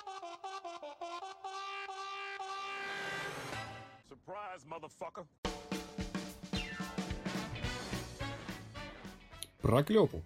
Surprise, motherfucker. Про Клёпу.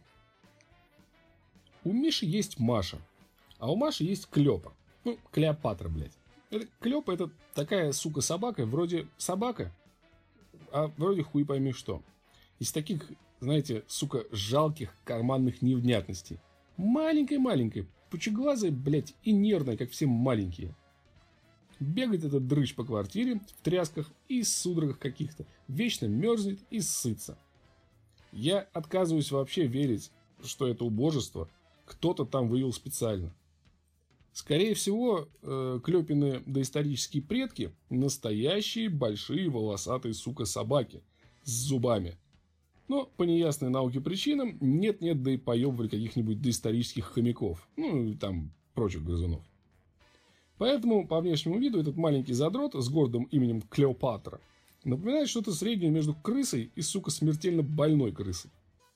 У Миши есть Маша, а у Маши есть Клёпа. Ну, Клеопатра, блядь. Клёпа — это такая, сука, собака, вроде собака, а вроде хуй пойми что. Из таких, знаете, сука, жалких карманных невнятностей. Маленькая-маленькая, пучеглазая, блядь, и нервная, как все маленькие. Бегает этот дрыщ по квартире в трясках и судорогах каких-то. Вечно мерзнет и ссытся. Я отказываюсь вообще верить, что это убожество кто-то там вывел специально. Скорее всего, Клёпины доисторические предки – настоящие большие волосатые, сука, собаки с зубами. Но по неясной науке причинам нет-нет, да и поебывали каких-нибудь доисторических хомяков. Ну и там прочих грызунов. Поэтому по внешнему виду этот маленький задрот с гордым именем Клеопатра напоминает что-то среднее между крысой и, сука, смертельно больной крысой.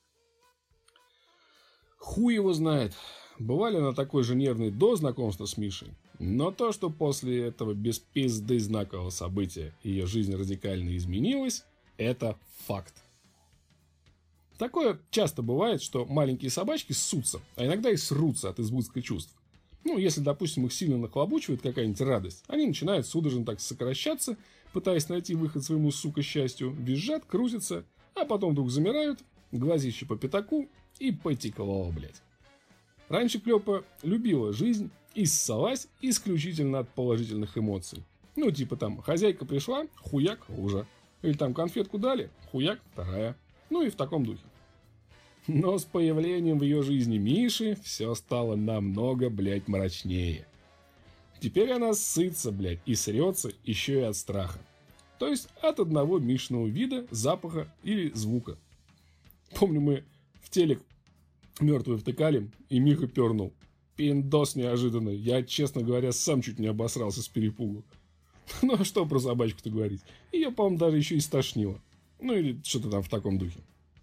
Хуй его знает, бывали она такой же нервной до знакомства с Мишей, но то, что после этого без пизды знакового события ее жизнь радикально изменилась, это факт. Такое часто бывает, что маленькие собачки ссутся, а иногда и срутся от избытка чувств. Ну, если, допустим, их сильно нахлобучивает какая-нибудь радость, они начинают судорожно так сокращаться, пытаясь найти выход своему, сука, счастью, визжат, крутятся, а потом вдруг замирают, глазище по пятаку и потекло, блядь. Раньше Клёпа любила жизнь и ссалась исключительно от положительных эмоций. Ну, типа там, хозяйка пришла, хуяк, лужа. Или там конфетку дали, хуяк, вторая. Ну и в таком духе. Но с появлением в ее жизни Миши все стало намного, блядь, мрачнее. Теперь она ссытся, блядь, и срется еще и от страха. То есть от одного Мишиного вида, запаха или звука. Помню, мы в телек мертвый втыкали, и Миха пернул. Пиндос неожиданный. Я, честно говоря, сам чуть не обосрался с перепугу. Ну а что про собачку-то говорить? Ее, по-моему, даже еще и стошнило. Ну или что-то там в таком духе.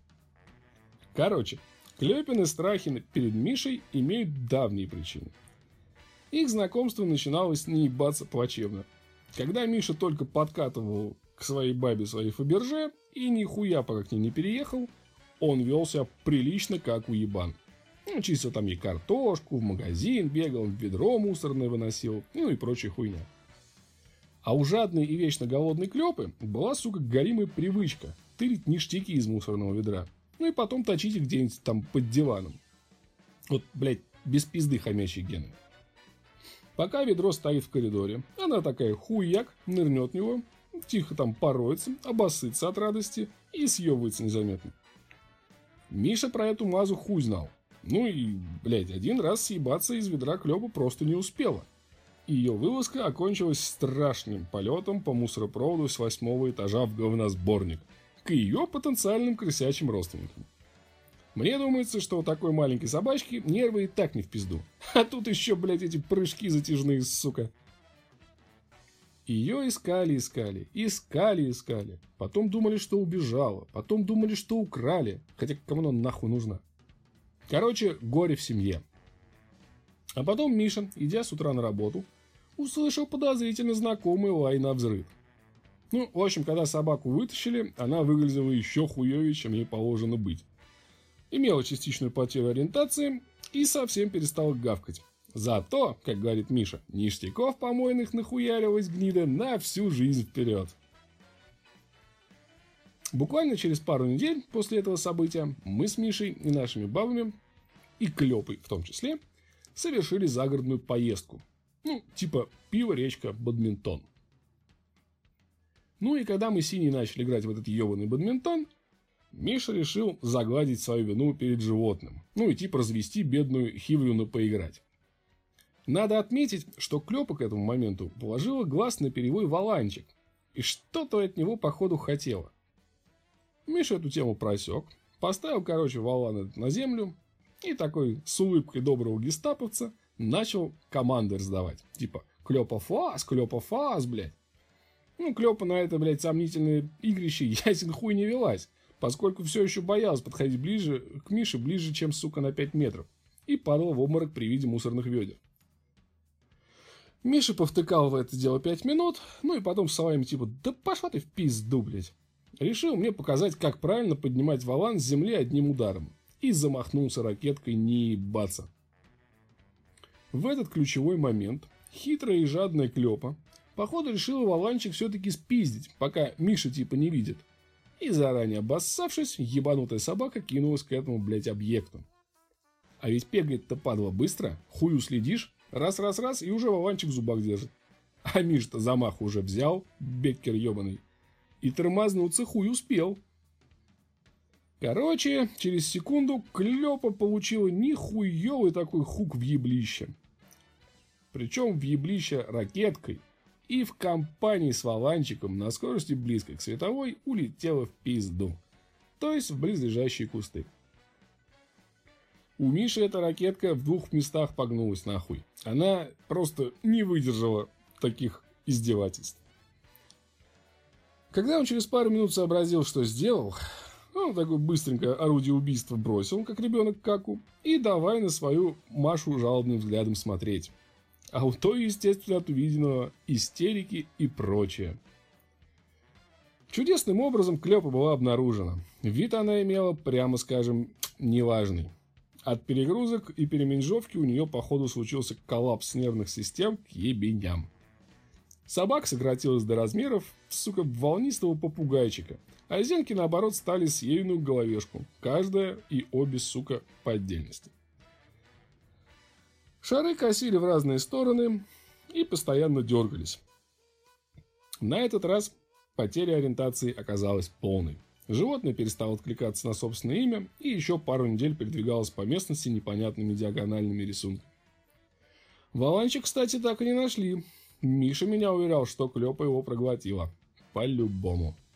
Короче, Клёпины страхи перед Мишей имеют давние причины. Их знакомство начиналось не ебаться плачевно. Когда Миша только подкатывал к своей бабе своей Фаберже и нихуя пока к ней не переехал, он вел себя прилично, как уебан. Ну, чистил там ей картошку, в магазин бегал, ведро мусорное выносил, ну и прочая хуйня. А у жадной и вечно голодной Клёпы была, сука, горимая привычка тырить ништяки из мусорного ведра. Ну и потом точить их где-нибудь там под диваном. Вот, блядь, без пизды хомячьи гены. Пока ведро стоит в коридоре, она такая хуяк, нырнет в него, тихо там пороется, обоссытся от радости и съебывается незаметно. Миша про эту мазу хуй знал. Ну и, блядь, один раз съебаться из ведра Клёпа просто не успела. И ее вылазка окончилась страшным полетом по мусоропроводу с 8-го этажа в говносборник к ее потенциальным крысячим родственникам. Мне думается, что у такой маленькой собачки нервы и так не в пизду. А тут еще, блядь, эти прыжки затяжные, сука. Ее искали. Потом думали, что убежала. Потом думали, что украли. Хотя кому она нахуй нужна? Короче, горе в семье. А потом Миша, идя с утра на работу, услышал подозрительно знакомый лай навзрыд. Ну, в общем, когда собаку вытащили, она выглядела еще хуевее, чем ей положено быть. Имела частичную потерю ориентации и совсем перестала гавкать. Зато, как говорит Миша, ништяков помойных нахуярилась гнида на всю жизнь вперед. Буквально через пару недель после этого события мы с Мишей и нашими бабами, и Клёпой в том числе, совершили загородную поездку. Ну, типа пиво, речка, бадминтон. Ну и когда мы с Синей начали играть в этот ебаный бадминтон, Миша решил загладить свою вину перед животным. Ну и типа развести бедную Хивлюну поиграть. Надо отметить, что Клёпа к этому моменту положила глаз на перьевой валанчик. И что-то от него походу хотела. Миша эту тему просек, поставил, короче, валан на землю и такой с улыбкой доброго гестаповца начал команды раздавать. Типа Клёпа фас, блядь. Ну, Клёпа на это, блядь, сомнительное игрище ясен хуй не велась, поскольку все еще боялась подходить ближе к Мише, ближе, чем, сука, на 5 метров, и падала в обморок при виде мусорных ведер. Миша повтыкал в это дело 5 минут, ну и потом словами типа «Да пошла ты в пизду, блядь!» решил мне показать, как правильно поднимать валан с земли одним ударом. И замахнулся ракеткой не ебаться. В этот ключевой момент хитрая и жадная Клёпа походу решила валанчик все-таки спиздить, пока Миша типа не видит. И заранее обоссавшись, ебанутая собака кинулась к этому, блядь, объекту. А ведь бегает-то падла быстро, хую следишь, раз, и уже валанчик в зубах держит. А Миша-то замах уже взял, беккер ебаный, и тормознуться хуй успел. Короче, через секунду Клёпа получила нихуёвый такой хук в еблище. Причем в еблище ракеткой. И в компании с валанчиком на скорости близкой к световой улетела в пизду. То есть в близлежащие кусты. У Миши эта ракетка в 2 местах погнулась нахуй. Она просто не выдержала таких издевательств. Когда он через пару минут сообразил, что сделал, он такое быстренько орудие убийства бросил, как ребенок каку, и давай на свою Машу жалобным взглядом смотреть. А у той, естественно, от увиденного истерики и прочее. Чудесным образом Клёпа была обнаружена. Вид она имела, прямо скажем, неважный. От перегрузок и переменжовки у нее, походу, случился коллапс нервных систем к ебеням. Собака сократилась до размеров, сука, волнистого попугайчика, а зенки, наоборот, стали с ейную головешку, каждая и обе, сука, по отдельности. Шары косили в разные стороны и постоянно дергались. На этот раз потеря ориентации оказалась полной. Животное перестало откликаться на собственное имя и еще пару недель передвигалось по местности непонятными диагональными рисунками. Валанчик, кстати, так и не нашли. Миша меня уверял, что Клёпа его проглотила. По-любому.